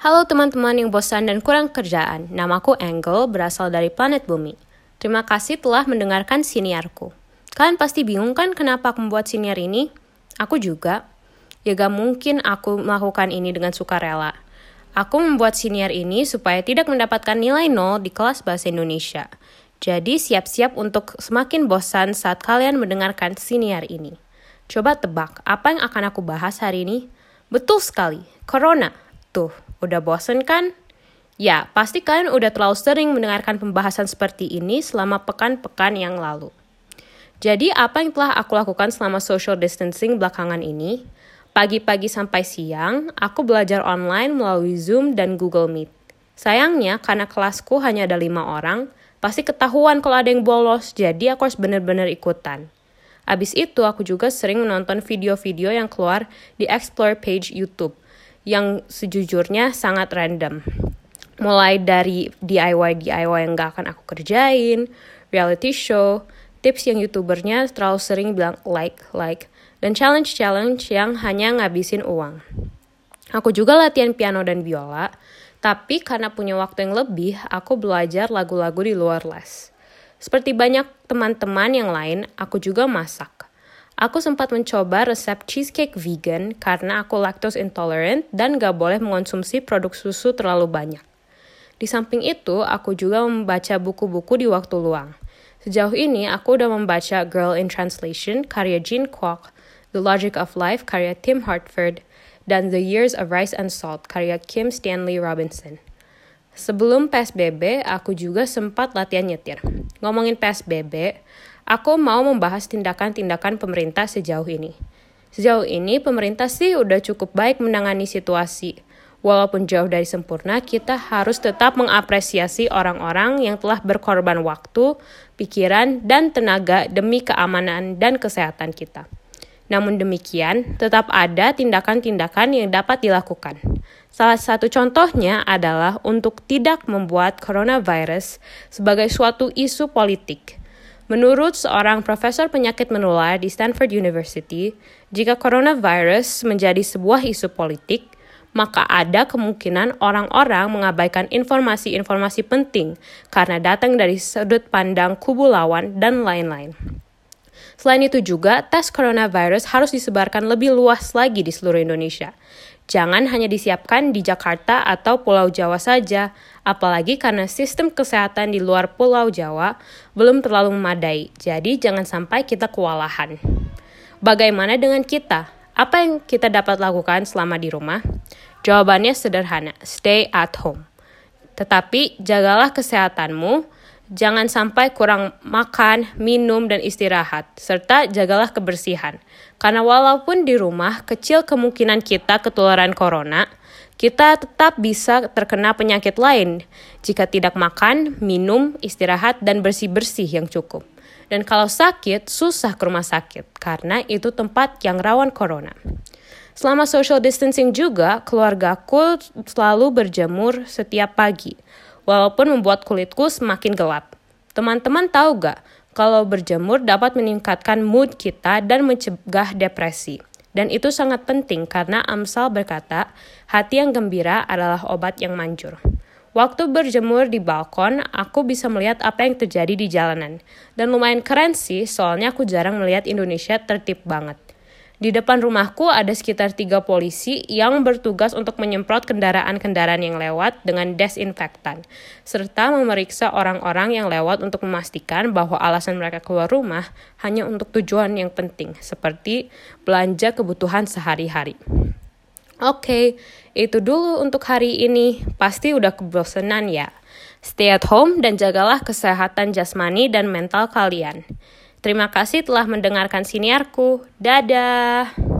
Halo teman-teman yang bosan dan kurang kerjaan, namaku Angle, berasal dari planet Bumi. Terima kasih telah mendengarkan siniarku. Kalian pasti bingung kan kenapa aku membuat siniar ini? Aku juga. Ya gak mungkin aku melakukan ini dengan sukarela. Aku membuat siniar ini supaya tidak mendapatkan nilai 0 di kelas bahasa Indonesia. Jadi siap-siap untuk semakin bosan saat kalian mendengarkan siniar ini. Coba tebak, apa yang akan aku bahas hari ini? Betul sekali, Corona. Tuh, udah bosen kan? Ya, pasti kalian udah terlalu sering mendengarkan pembahasan seperti ini selama pekan-pekan yang lalu. Jadi, apa yang telah aku lakukan selama social distancing belakangan ini? Pagi-pagi sampai siang, aku belajar online melalui Zoom dan Google Meet. Sayangnya, karena kelasku hanya ada 5 orang, pasti ketahuan kalau ada yang bolos, jadi aku harus benar-benar ikutan. Abis itu, aku juga sering menonton video-video yang keluar di Explore page YouTube, yang sejujurnya sangat random. Mulai dari DIY yang gak akan aku kerjain, reality show, tips yang youtubernya terlalu sering bilang like, dan challenge yang hanya ngabisin uang. Aku juga latihan piano dan biola, tapi karena punya waktu yang lebih, aku belajar lagu-lagu di luar les. Seperti banyak teman-teman yang lain, aku juga masak. Aku sempat mencoba resep cheesecake vegan karena aku lactose intolerant dan gak boleh mengonsumsi produk susu terlalu banyak. Di samping itu, aku juga membaca buku-buku di waktu luang. Sejauh ini, aku udah membaca Girl in Translation karya Jean Kwok, The Logic of Life karya Tim Hartford, dan The Years of Rice and Salt karya Kim Stanley Robinson. Sebelum PSBB, aku juga sempat latihan nyetir. Ngomongin PSBB, aku mau membahas tindakan-tindakan pemerintah sejauh ini. Sejauh ini, pemerintah sih udah cukup baik menangani situasi. Walaupun jauh dari sempurna, kita harus tetap mengapresiasi orang-orang yang telah berkorban waktu, pikiran, dan tenaga demi keamanan dan kesehatan kita. Namun demikian, tetap ada tindakan-tindakan yang dapat dilakukan. Salah satu contohnya adalah untuk tidak membuat coronavirus sebagai suatu isu politik. Menurut seorang profesor penyakit menular di Stanford University, jika coronavirus menjadi sebuah isu politik, maka ada kemungkinan orang-orang mengabaikan informasi-informasi penting karena datang dari sudut pandang kubu lawan dan lain-lain. Selain itu juga, tes coronavirus harus disebarkan lebih luas lagi di seluruh Indonesia. Jangan hanya disiapkan di Jakarta atau Pulau Jawa saja, apalagi karena sistem kesehatan di luar Pulau Jawa belum terlalu memadai, jadi jangan sampai kita kewalahan. Bagaimana dengan kita? Apa yang kita dapat lakukan selama di rumah? Jawabannya sederhana, stay at home. Tetapi jagalah kesehatanmu, jangan sampai kurang makan, minum, dan istirahat, serta jagalah kebersihan. Karena walaupun di rumah, kecil kemungkinan kita ketularan corona, kita tetap bisa terkena penyakit lain jika tidak makan, minum, istirahat, dan bersih-bersih yang cukup. Dan kalau sakit, susah ke rumah sakit, karena itu tempat yang rawan corona. Selama social distancing juga, keluargaku selalu berjemur setiap pagi, walaupun membuat kulitku semakin gelap. Teman-teman tahu gak, kalau berjemur dapat meningkatkan mood kita dan mencegah depresi. Dan itu sangat penting karena Amsal berkata, hati yang gembira adalah obat yang manjur. Waktu berjemur di balkon, aku bisa melihat apa yang terjadi di jalanan. Dan lumayan keren sih, soalnya aku jarang melihat Indonesia tertib banget. Di depan rumahku ada sekitar 3 polisi yang bertugas untuk menyemprot kendaraan-kendaraan yang lewat dengan desinfektan, serta memeriksa orang-orang yang lewat untuk memastikan bahwa alasan mereka keluar rumah hanya untuk tujuan yang penting, seperti belanja kebutuhan sehari-hari. Oke, itu dulu untuk hari ini. Pasti udah kebosanan ya. Stay at home dan jagalah kesehatan jasmani dan mental kalian. Terima kasih telah mendengarkan siniarku. Dadah!